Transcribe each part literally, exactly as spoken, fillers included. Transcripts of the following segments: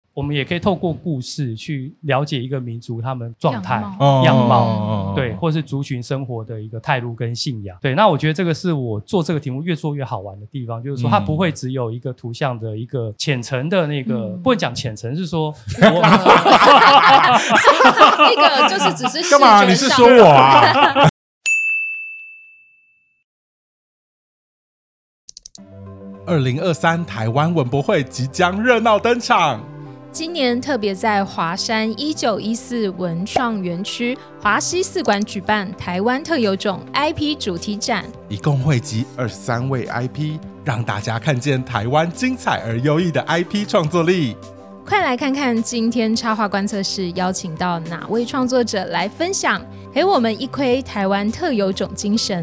我们也可以透过故事去了解一个民族他们状态样貌， 样貌哦对，或是族群生活的一个态度跟信仰。对，那我觉得这个是我做这个题目越做越好玩的地方，就是说它不会只有一个图像的一个浅层的那个， 嗯、 不能讲浅层，是说我一个就是只是视觉上干嘛？你是说我啊？二零二三台湾文博会即将热闹登场。 今年特别在华山一九一四文创园区华西四馆举办台湾特有种 I P 主题展， 一共汇集二十三位 I P， 让大家看见台湾精彩而优异的 I P 创作力。 快来看看今天插画观测室邀请到哪位创作者来分享，陪我们一窥台湾特有种精神。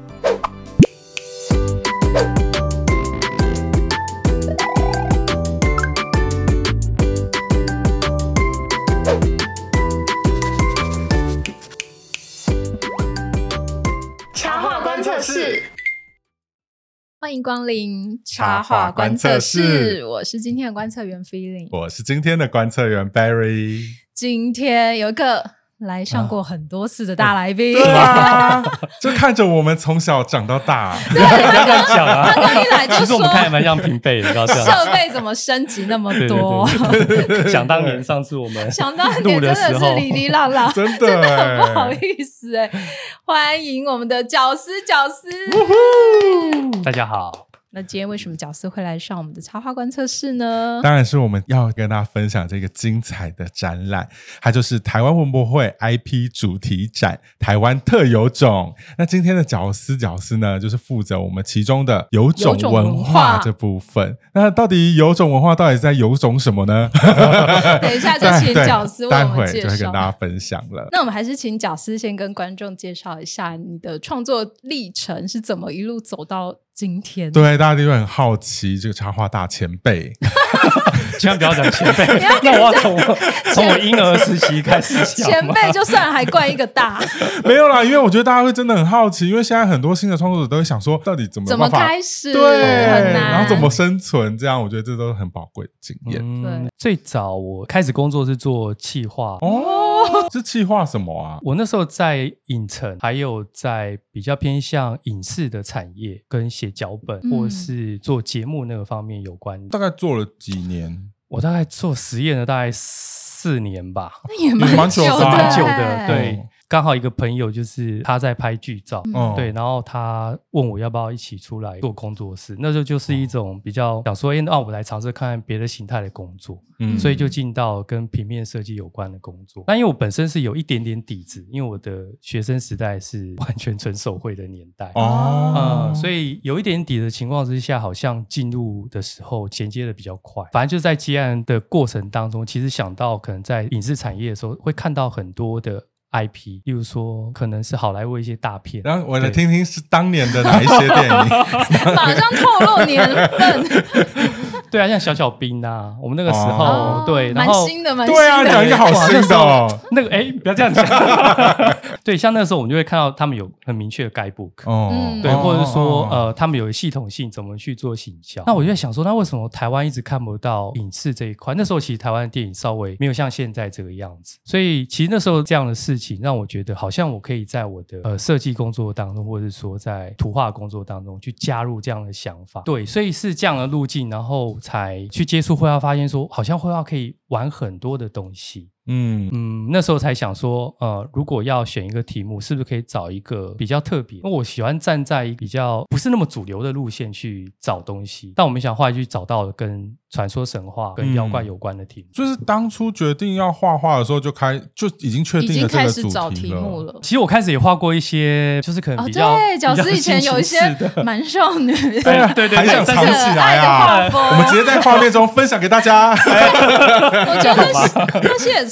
欢迎光临插画观测室，我是今天的观测员 Feeling， 我是今天的观测员 Barry。 今天有一个来上过很多次的大来宾、 啊、对啊，就看着我们从小长到大。 对，不要这样讲啊， 他刚一来就说其实我们看还蛮像平辈的， 设备怎么升级那么多。 对对对对对，想当年上次我们想当年真的是哩哩啦啦真的真的很不好意思哎。欢迎我们的绞丝绞丝， 大家好。 那今天为什么绞丝会来上我们的插画观测室呢？ 当然是我们要跟大家分享这个精彩的展览，它就是台湾文博会 I P 主题展台湾特有种。那今天的绞丝绞丝呢，就是负责我们其中的有种文化这部分。那到底有种文化到底在有种什么呢？ 等一下就请绞丝为我们介绍，待会就会跟大家分享了。 那我们还是请绞丝先跟观众介绍一下你的创作历程是怎么一路走到今天。 对，大家都很好奇这个插画大前辈。 千万不要讲前辈，那我要从我从我婴儿时期开始讲。 前辈就算还冠一个大， 没有啦，因为我觉得大家会真的很好奇，因为现在很多新的创作者都会想说，到底怎么怎么开始， 对， 很难， 然后怎么生存，这样我觉得这都是很宝贵的经验。 嗯、 对， 最早我开始工作是做企划哦，是企划什么啊？ 我那时候在影城，还有在比较偏向影视的产业，跟写脚本、嗯、或是做节目那个方面有关的。 大概做了几年？ 我大概做实验了大概四年吧， 那也蛮久的， 蛮久的，对。刚好一个朋友就是他在拍剧照、 嗯、 对，然后他问我要不要一起出来做工作室，那时候就是一种比较想说，哎、欸，那我来尝试看看别的形态的工作、嗯、所以就进到跟平面设计有关的工作。那因为我本身是有一点点底子，因为我的学生时代是完全纯手绘的年代哦、 嗯，所以有一点底的情况之下，好像进入的时候衔接的比较快。反正就在接案的过程当中，其实想到可能在影视产业的时候会看到很多的I P， 例如说可能是好莱坞一些大片， 然后我来听听是当年的哪一些电影。 马上透露年份。 对啊，像小小兵啊，我们那个时候、哦、对，然后蛮新的，蛮新的。 对啊，讲一个好新的哦。 那个哎，不要这样讲。对，像那个时候我们就会看到他们有很明确的 guidebook， 哦， 对，或者是说、哦、呃，他们有系统性怎么去做行销。那我就在想说，那为什么台湾一直看不到影视这一块？那时候其实台湾的电影稍微没有像现在这个样子，所以其实那时候这样的事情让我觉得，好像我可以在我的呃设计工作当中，或者是说在图画工作当中去加入这样的想法。对，所以是这样的路径，然后才去接触绘画，发现说好像绘画可以玩很多的东西。嗯嗯，那时候才想说，呃，如果要选一个题目，是不是可以找一个比较特别？因为我喜欢站在比较不是那么主流的路线去找东西，但我没想后来去找到了跟传说神话、跟妖怪有关的题目。 嗯、就是当初决定要画画的时候，就开就已经确定了这个主题了。已经开始找题目了。 其实我开始也画过一些，就是可能比较、 哦、对，绞丝以前有一些蛮少女的， 对啊，对对，还想藏起来啊！我们直接在画面中分享给大家。 我觉得那些也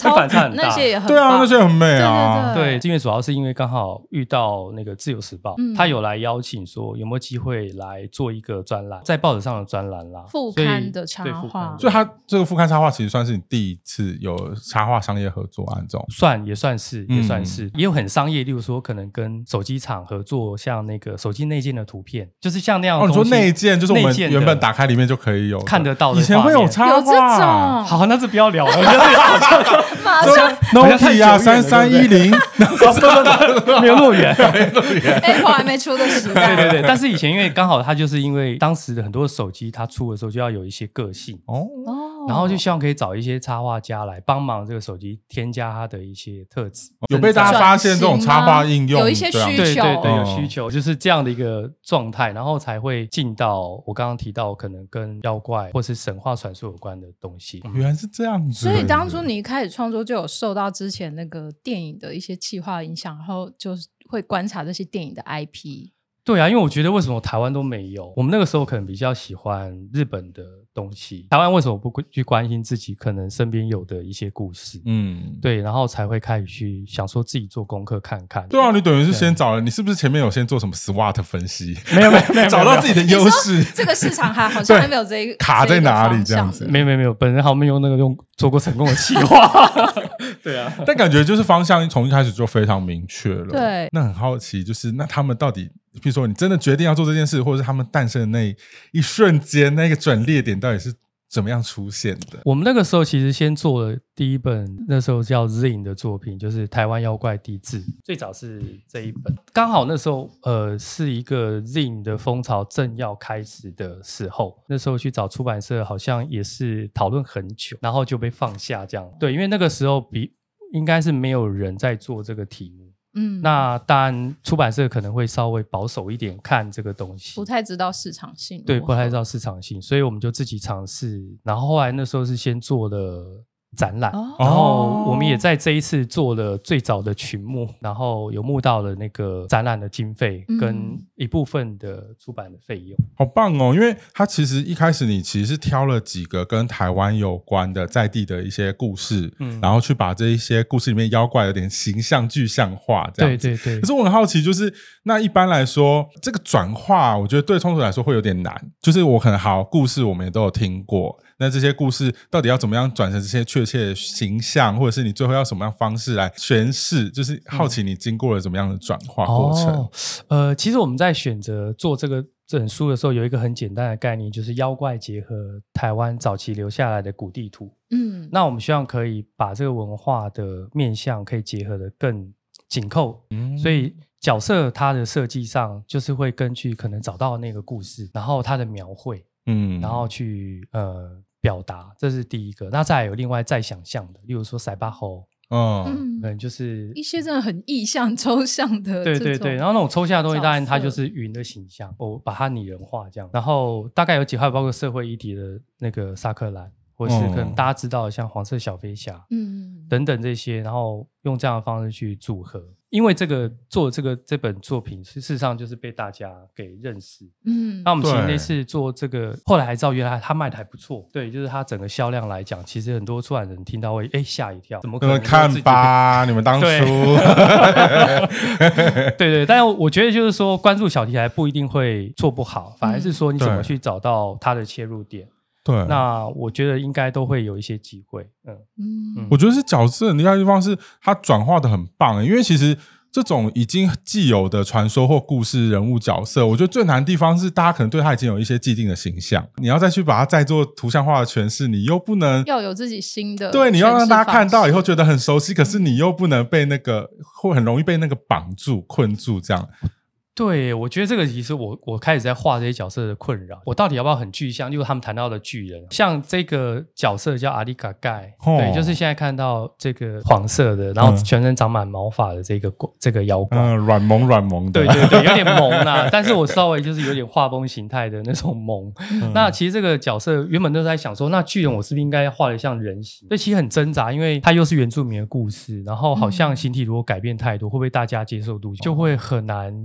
超反差很大那些也很对啊， 棒那些很美啊。 对对对，因为主要是因为刚好遇到那个自由时报， 嗯他有来邀请说有没有机会来做一个专栏，在报纸上的专栏啦， 副所以刊的插对副画刊所以他这个副刊插画其实算是你第一次有插画商业合作案这种。 算也算是嗯也算是，也有很商业，例如说可能跟手机厂合作，像那个手机内建的图片，就是像那样的哦，你东西。 说内建就是我们内建的原本打开里面就可以有的看得到的以前会有插画， 有这种好，那就不要聊了，我觉得这个好像马上 Nokia 三三一零， 没有那么远。 Apple 还没出的时代， 对对对，但是以前因为刚好它就是因为当时的很多手机它出的时候就要有一些个性， 哦， 哦然后就希望可以找一些插画家来帮忙这个手机添加它的一些特质。 有被大家发现这种插画应用有一些这样需对对对， 哦有需求，就是这样的一个状态，然后才会进到我刚刚提到可能跟妖怪或是神话传说有关的东西。 原来是这样子。 所以当初你一开始创作就有受到之前那个电影的一些企划影响，然后就会观察这些电影的 I P。 对啊，因为我觉得为什么台湾都没有？我们那个时候可能比较喜欢日本的东西，台湾为什么不去关心自己可能身边有的一些故事？ 嗯， 对，然后才会开始去想说自己做功课看看。 对啊，你等于是先找了，你是不是前面有先做什么 SWOT 分析？ 没有没有没有找到自己的优势， 这个市场还好像还没有这一个卡在哪里这个方向这样子没有没有没有，本人好像没有那个用做过成功的企划。对啊， 但感觉就是方向从一开始就非常明确了。 对， 那很好奇，就是那他们到底，比如说你真的决定要做这件事，或者是他们诞生的那一瞬间，那个转捩点到底是怎么样出现的？ 我们那个时候其实先做了第一本，那时候叫 Zine 的作品，就是《台湾妖怪地志》，最早是这一本。刚好那时候呃是一个 Zine 的风潮正要开始的时候，那时候去找出版社，好像也是讨论很久，然后就被放下这样。对，因为那个时候比应该是没有人在做这个题目。 嗯， 那当然，出版社可能会稍微保守一点看这个东西， 不太知道市场性， 对，不太知道市场性，所以我们就自己尝试。然后后来那时候是先做了展览， 哦然后我们也在这一次做了最早的群募，然后有募到了那个展览的经费嗯跟一部分的出版的费用。 好棒哦！因为他其实一开始你其实是挑了几个跟台湾有关的在地的一些故事，嗯，然后去把这一些故事里面妖怪有点形象具象化，这样子。 对对对。 可是我很好奇，就是那一般来说，这个转化，我觉得对创作者来说会有点难。就是我可能好故事我们也都有听过，那这些故事到底要怎么样转成这些确切的形象，或者是你最后要什么样方式来诠释？就是好奇你经过了怎么样的转化过程？ 哦、呃，其实我们在选择做这个这本书的时候，有一个很简单的概念，就是妖怪结合台湾早期留下来的古地图。 嗯， 那我们希望可以把这个文化的面向可以结合得更紧扣，嗯，所以角色它的设计上就是会根据可能找到那个故事，然后它的描绘，嗯，然后去呃表达，这是第一个。那再来有另外再想象的，例如说塞巴猴。 哦， 可能就是一些真的很意象抽象的， 对对对，然后那种抽象的东西，当然它就是云的形象，我把它拟人化这样。然后大概有几块，包括社会议题的那个萨克兰，或是可能大家知道的像黄色小飞侠，嗯，等等这些，然后用这样的方式去组合。因为这个做这个这本作品，事实上就是被大家给认识。嗯，那我们其实那次做这个，后来还知道原来它卖的还不错。对，就是它整个销量来讲，其实很多出版人听到会哎吓一跳，怎么可能？ 看吧，你们当初对对对，但是我觉得就是说，关注小题材不一定会做不好，反而是说你怎么去找到它的切入点。 对， 那我觉得应该都会有一些机会。嗯嗯，我觉得是角色很厉害的地方是它转化的很棒，因为其实这种已经既有的传说或故事人物角色，我觉得最难的地方是大家可能对他已经有一些既定的形象，你要再去把它再做图像化的诠释，你又不能要有自己新的， 对，你要让大家看到以后觉得很熟悉，可是你又不能被那个会很容易被那个绑住困住这样。 对，我觉得这个其实我我开始在画这些角色的困扰，我到底要不要很具象？例如他们谈到的巨人，像这个角色叫阿里嘎盖，哦、对，就是现在看到这个黄色的，然后全身长满毛发的这个、嗯、这个妖怪， 嗯，软萌软萌的， 对对对，有点萌啊，但是我稍微就是有点画风形态的那种萌。嗯、那其实这个角色原本都在想说，那巨人我是不是应该画得像人形？所以其实很挣扎，因为它又是原住民的故事，然后好像形体如果改变太多，会不会大家接受度就会很难哎进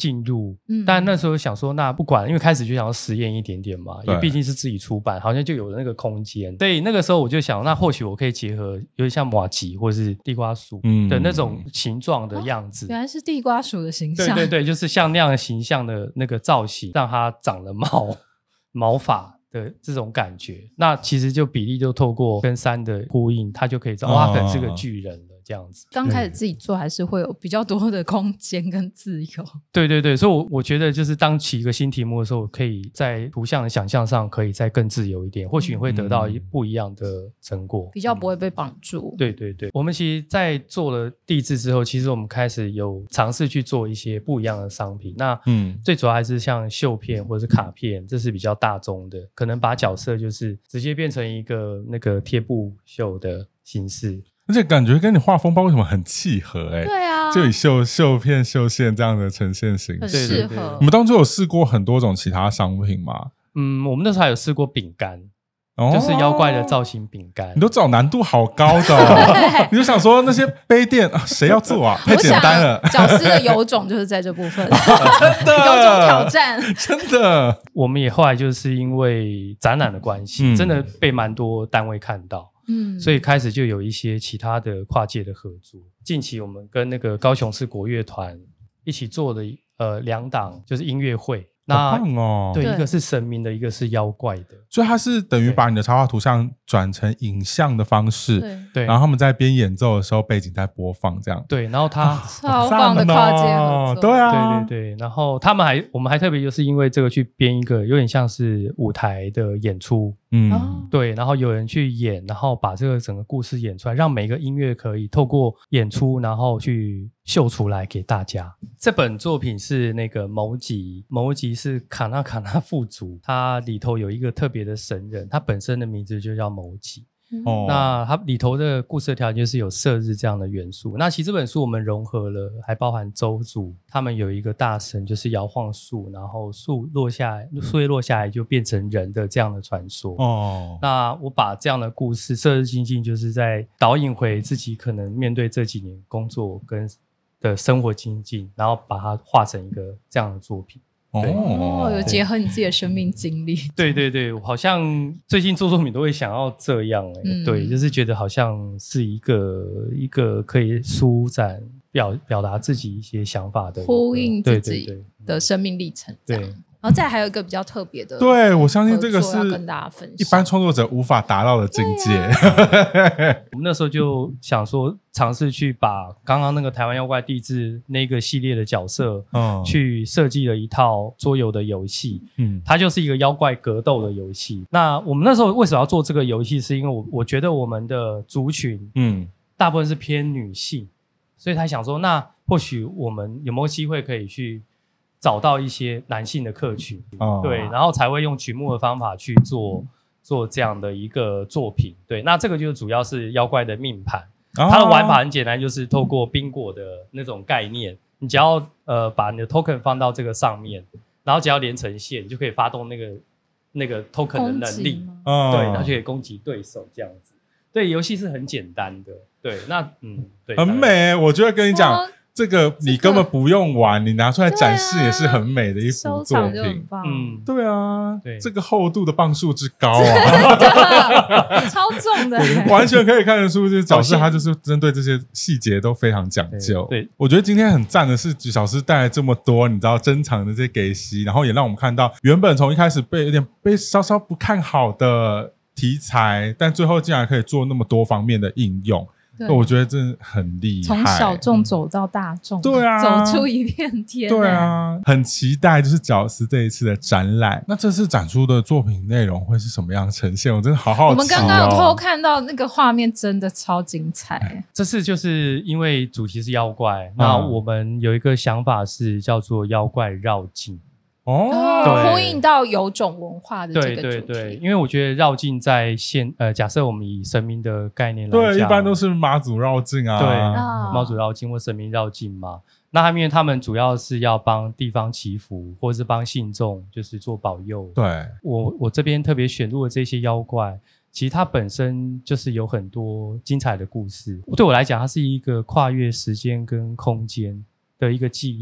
进入、嗯、但那时候想说那不管，因为开始就想要实验一点点嘛，因为毕竟是自己出版，好像就有那个空间，所以那个时候我就想那或许我可以结合有点像麻糬或是地瓜薯的那种形状的样子、 哦、原来是地瓜薯的形象， 对对对，就是像那样的形象的那个造型让它长了毛毛发的这种感觉，那其实就比例就透过跟山的呼应，它就可以知道、哦、他可能是个巨人了这样子。 刚开始自己做还是会有比较多的空间跟自由。 对对对，所以我我觉得就是当起一个新题目的时候，可以在图像的想象上可以再更自由一点，或许你会得到不一样的成果、嗯、 比较不会被绑住、 嗯、对对对，我们其实在做了地质之后，其实我们开始有尝试去做一些不一样的商品，那嗯，最主要还是像绣片或者是卡片，这是比较大众的，可能把角色就是直接变成一个那个贴布绣的形式， 而且感觉跟你画风包为什么很契合哎、欸？ 对啊， 就以绣绣片绣线这样的呈现形式， 很适合。 你们当初有试过很多种其他商品吗？ 嗯，我们那时候还有试过饼干。哦、就是妖怪的造型饼干， 你都找难度好高的、哦，你就想说那些杯垫谁、啊、要做啊？太简单了。 角丝的有种就是在这部分，真的有种挑战， 真的。 我们也后来就是因为展览的关系、嗯，真的被蛮多单位看到，嗯，所以开始就有一些其他的跨界的合作。近期我们跟那个高雄市国乐团一起做的呃两档就是音乐会。那好棒哦！ 对，一个是神明的，一个是妖怪的， 所以它是等于把你的插画图像转成影像的方式， 对， 然后他们在边演奏的时候，背景在播放这样。 对，然后他超棒的跨界合作， 对啊， 对对对，然后他们还，我们还特别就是因为这个去编一个有点像是舞台的演出，嗯，对，然后有人去演，然后把这个整个故事演出来，让每个音乐可以透过演出，然后去秀出来给大家。这本作品是那个谋吉，谋吉是卡纳卡纳父族，它里头有一个特别的神人，它本身的名字就叫谋吉。哦，那它里头的故事的条件就是有射日这样的元素。那其实这本书我们融合了，还包含周族，他们有一个大神就是摇晃树，然后树落下来，树叶落下来就变成人的这样的传说。哦，那我把这样的故事射日精进，就是在导引回自己可能面对这几年工作跟的生活精进，然后把它画成一个这样的作品。 哦，有结合你自己的生命经历。 对对对，好像最近做作品都会想要这样、欸嗯、对，就是觉得好像是一个一个可以舒展表表达自己一些想法的呼应自己的生命历程，对。然后再还有一个比较特别的， 对，我相信这个是跟大家分享一般创作者无法达到的境界、啊、 我们那时候就想说尝试去把刚刚那个台湾妖怪地质那个系列的角色、嗯、去设计了一套桌游的游戏、嗯、它就是一个妖怪格斗的游戏。那我们那时候为什么要做这个游戏，是因为 我, 我觉得我们的族群、嗯、大部分是偏女性，所以他想说那或许我们有没有机会可以去找到一些男性的客群、哦、对，然后才会用曲目的方法去做做这样的一个作品。对，那这个就主要是妖怪的命盘、哦、它的玩法很简单，就是透过宾果的那种概念，你只要呃把你的 token 放到这个上面，然后只要连成线，你就可以发动那个那个 token 的能力、哦、对，然后就可以攻击对手这样子。对，游戏是很简单的。对，那嗯对， 很美。我觉得跟你讲、哦这个你根本不用玩、这个、你拿出来展示也是很美的一幅作品。 嗯， 对啊，对，这个厚度的磅数之高啊， 超重的， 完全可以看得出，就是角色他就是针对这些细节都非常讲究。 对，对我觉得今天很赞的是，小师带来这么多你知道珍藏的这些给息，然后也让我们看到原本从一开始被有点被稍稍不看好的题材，但最后竟然可以做那么多方面的应用。我觉得真的很厉害， 从小众走到大众， 对啊， 走出一片天。 对啊，很期待就是角丝这一次的展览。那这次展出的作品内容会是什么样的呈现？我真的好好奇、哦、 我们刚刚有偷看到那个画面，真的超精彩。 这次就是因为主题是妖怪、嗯、那我们有一个想法是叫做妖怪绕境。 哦，呼应到有种文化的这个主题。 对对对，因为我觉得绕境在现呃，假设我们以神明的概念来讲， 对，一般都是妈祖绕境啊， 对，哦、妈祖绕境或神明绕境嘛。那因为他们主要是要帮地方祈福，或是帮信众就是做保佑。 对， 我我这边特别选入的这些妖怪，其实它本身就是有很多精彩的故事。对我来讲，它是一个跨越时间跟空间的一个记忆。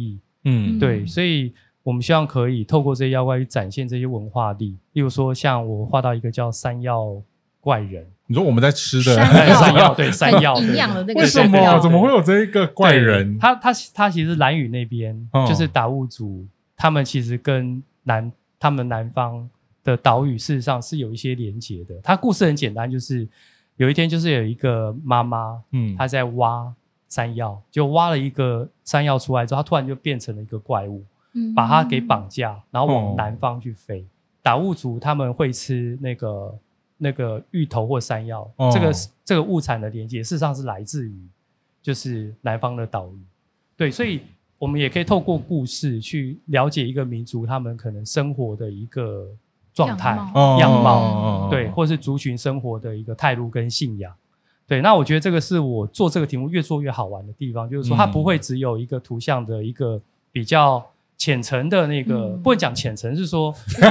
嗯， 对，所以我们希望可以透过这些妖怪去展现这些文化力，例如说像我画到一个叫山药怪人。 你说我们在吃的山药山药对山药营养的那个为什么山药怎么会有这一个怪人？ 他他他其实兰屿那边、 哦、 就是达悟族，他们其实跟南他们南方的岛屿事实上是有一些连结的。他故事很简单，就是有一天就是有一个妈妈，嗯，她在挖山药，就挖了一个山药出来之后，她突然就变成了一个怪物，嗯、把它给绑架，然后往南方去飞。哦、达悟族他们会吃那个。那个芋头或山药、哦、这个这个物产的连接事实上是来自于就是南方的岛屿，对，所以我们也可以透过故事去了解一个民族他们可能生活的一个状态样貌, 样貌哦、对，或是族群生活的一个态度跟信仰，对，那我觉得这个是我做这个题目越做越好玩的地方，就是说它不会只有一个图像的一个比较浅层的那个、嗯、不能讲浅层，是说我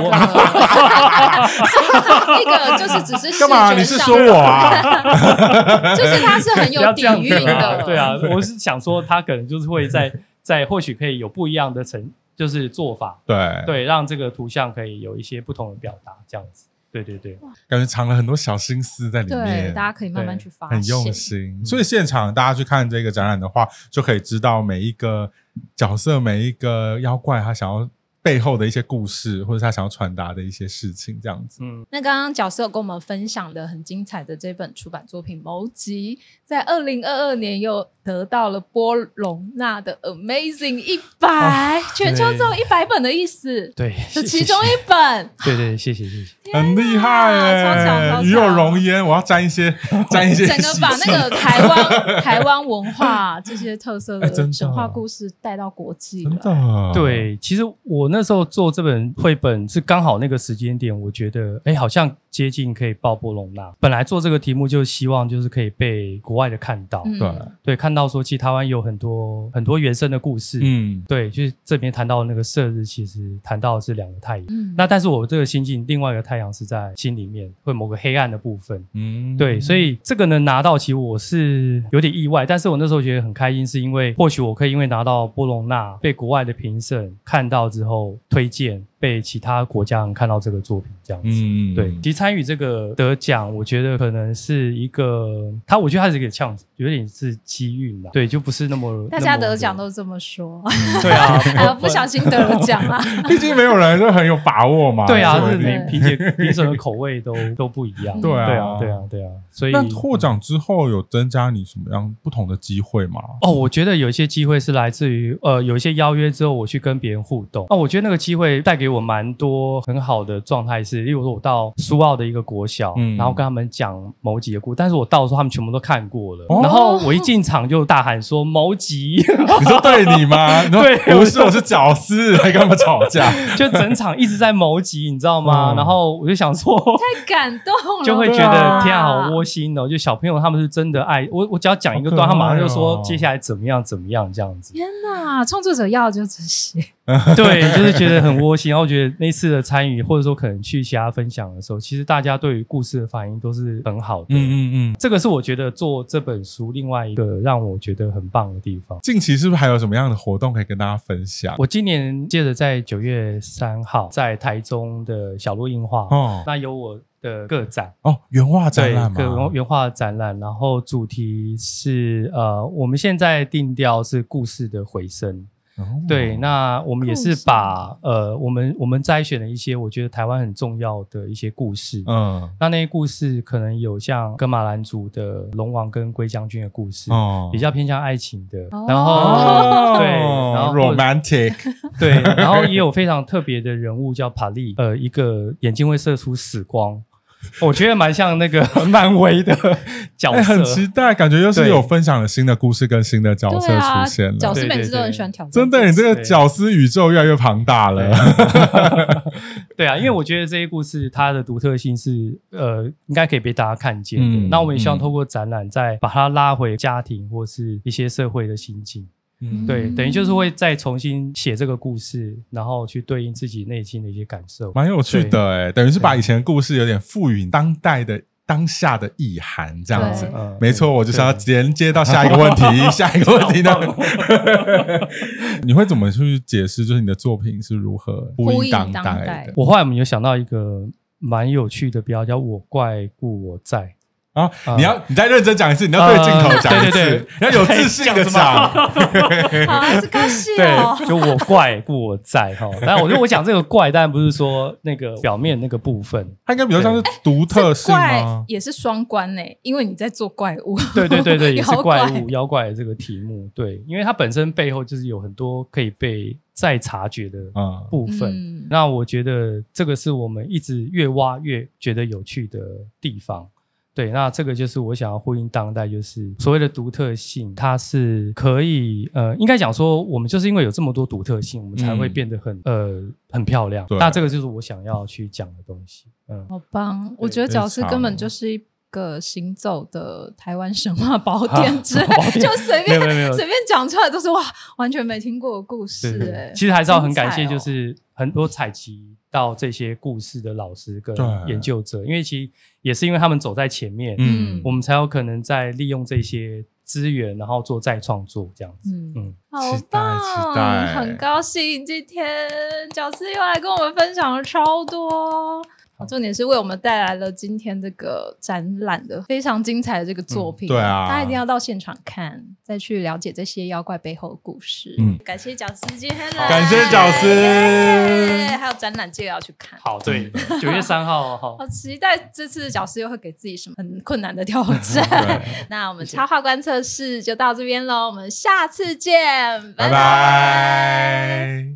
那个就是只是视觉上干嘛？你是说我啊？ 就是它是很有底蕴的， 啊对啊，我是想说它可能就是会在在或许可以有不一样的成就是做法， 对对，让这个图像可以有一些不同的表达，这样子。对对对， 感觉藏了很多小心思在里面， 对，大家可以慢慢去发现， 很用心。所以现场大家去看这个展览的话，就可以知道每一个角色、每一个妖怪他想要背后的一些故事，或者他想要传达的一些事情，这样子。 嗯，那刚刚角色有跟我们分享的很精彩的这本出版作品《谋集》，在二零二二年又得到了波隆纳的 Amazing 一百、啊，全球只有一百本的意思。 对， 是其中一本。 对对，谢谢谢谢， 很厉害耶， 超强超强， 与有荣焉。我要沾一些沾一些， 整个把那个台湾台湾文化这些特色的神话故事带到国际了。 真的， 对，其实我那时候做这本绘本是刚好那个时间点，我觉得哎，好像接近可以报波隆纳。本来做这个题目就希望就是可以被国外的看到， 嗯、 对对，看到说其实台湾有很多很多原生的故事，嗯，对，就是这边谈到的那个射日，其实谈到的是两个太阳，嗯，那但是我这个心境，另外一个太阳是在心里面，会某个黑暗的部分，嗯，对，所以这个能拿到，其实我是有点意外，但是我那时候觉得很开心，是因为或许我可以因为拿到波隆纳，被国外的评审看到之后推荐。被其他国家人看到这个作品这样子，嗯，对，其实参与这个得奖，我觉得可能是一个，他我觉得他是一个呛，有点是机运啦，对，就不是那么大家得奖都这么说， 嗯、对啊， 还有不小心得了奖啊， 毕竟没有人就很有把握嘛， 对啊，就是评评评审的口味都都不一样， 对啊， 对啊，对啊，对啊，所以那获奖之后有增加你什么样不同的机会吗？ 哦，我觉得有一些机会是来自于呃有一些邀约之后，我去跟别人互动，那、哦、我觉得那个机会带给我蛮多。很好的状态是，例如说我到苏澳的一个国小、嗯、然后跟他们讲谋集的故事，但是我到的时候他们全部都看过了、哦、然后我一进场就大喊说谋集你说对你吗？ 对， 不是，我是屌丝还跟他们吵架就整场一直在谋集你知道吗、嗯、然后我就想说太感动了， 就会觉得天啊好窝心哦，就小朋友他们是真的爱我，我只要讲一个段、哦、他马上就说接下来怎么样怎么样这样子。 天哪，创作者要就这些对，就是觉得很窝心，然后觉得那次的参与或者说可能去其他分享的时候，其实大家对于故事的反应都是很好的。嗯嗯嗯，这个是我觉得做这本书另外一个让我觉得很棒的地方。 近期是不是还有什么样的活动可以跟大家分享？ 我今年接着在九月三号在台中的小路映画，哦，那有我的个展哦，原画展览吗？ 对，原画展览，然后主题是呃，我们现在定调是故事的回声。哦、对，那我们也是把呃，我们我们摘选了一些我觉得台湾很重要的一些故事，嗯，那那些故事可能有像噶玛兰族的龙王跟龟将军的故事，哦，比较偏向爱情的，哦、然后、哦、对，然后 romantic， 对，然后也有非常特别的人物叫帕利，呃，一个眼睛会射出死光。我觉得蛮像那个漫威的角色、欸、 很期待，感觉又是有分享了新的故事跟新的角色出现了、啊、 角色每次都很喜欢挑战， 真的你这个角色宇宙越来越庞大了。 对, 对啊，因为我觉得这些故事它的独特性是呃应该可以被大家看见的、嗯、那我们也希望透过展览再把它拉回家庭或是一些社会的心境。嗯，对，等于就是会再重新写这个故事，然后去对应自己内心的一些感受， 蛮有趣的诶，等于是把以前的故事有点赋予当代的当下的意涵这样子。 嗯、 没错，我就是要连接到下一个问题。下一个问题呢？你会怎么去解释，就是你的作品是如何呼应当代的？ 我后来我们有想到一个蛮有趣的标，叫我怪故我在。 啊、哦！你要、呃、你再认真讲一次，你要对镜头讲一次，呃、对对对，要有自信的讲。 好，还是高兴哦。 对，就我怪故我在哈。但我觉得我讲这个怪，当然不是说那个表面那个部分， 它应该比较像是独特性吗？ 怪也是双关呢，因为你在做怪物。 对对对对，也是怪物妖怪的这个题目。对，因为它本身背后就是有很多可以被再察觉的部分。嗯、那我觉得这个是我们一直越挖越觉得有趣的地方。对，那这个就是我想要呼应当代，就是所谓的独特性，它是可以呃，应该讲说，我们就是因为有这么多独特性，我们才会变得很、嗯、呃很漂亮。那这个就是我想要去讲的东西。嗯， 好棒！我觉得角色根本就是一个行走的台湾神话宝典之类，就随便随便讲出来都是哇，完全没听过的故事哎。 其实还是要很感谢，就是很多采集到这些故事的老师跟研究者，因为其实也是因为他们走在前面，嗯，我们才有可能在利用这些资源，然后做再创作这样子。嗯嗯， 好棒，很高兴今天角丝又来跟我们分享了超多。重点是为我们带来了今天这个展览的非常精彩的这个作品、嗯、 对啊， 大家一定要到现场看，再去了解这些妖怪背后的故事。嗯，感谢角丝今天来， 感谢角丝、 yeah, 还有展览记得要去看。 好，对，九月三号好， 好期待这次角丝又会给自己什么很困难的挑战。那我们插画观测室就到这边咯，我们下次见，拜拜。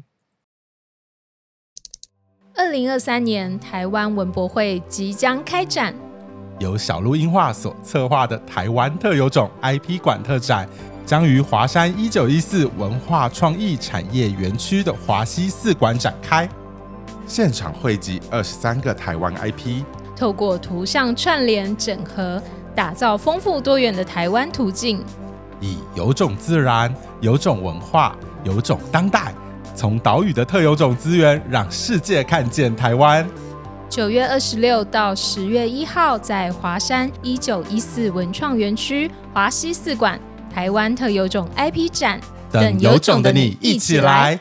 二零二三年台湾文博会即将开展， 由小鹿映画所策划的台湾特有种 I P 馆特展，将于华山一九一四文化创意产业园区的华西四馆展开，现场汇集二十三个台湾 I P， 透过图像串联整合，打造丰富多元的台湾途径， 以有种自然、有种文化、有种当代，从岛屿的特有种资源，让世界看见台湾。 九月二十六到十月一号，在华山一九一四文创园区华西四馆台湾特有种 I P 展， 等有种的你一起来。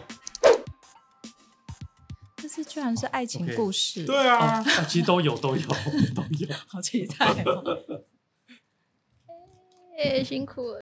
这次居然是爱情故事， okay. 对啊、 哦，其实都有都有都有， 好期待哦！哎，辛苦了。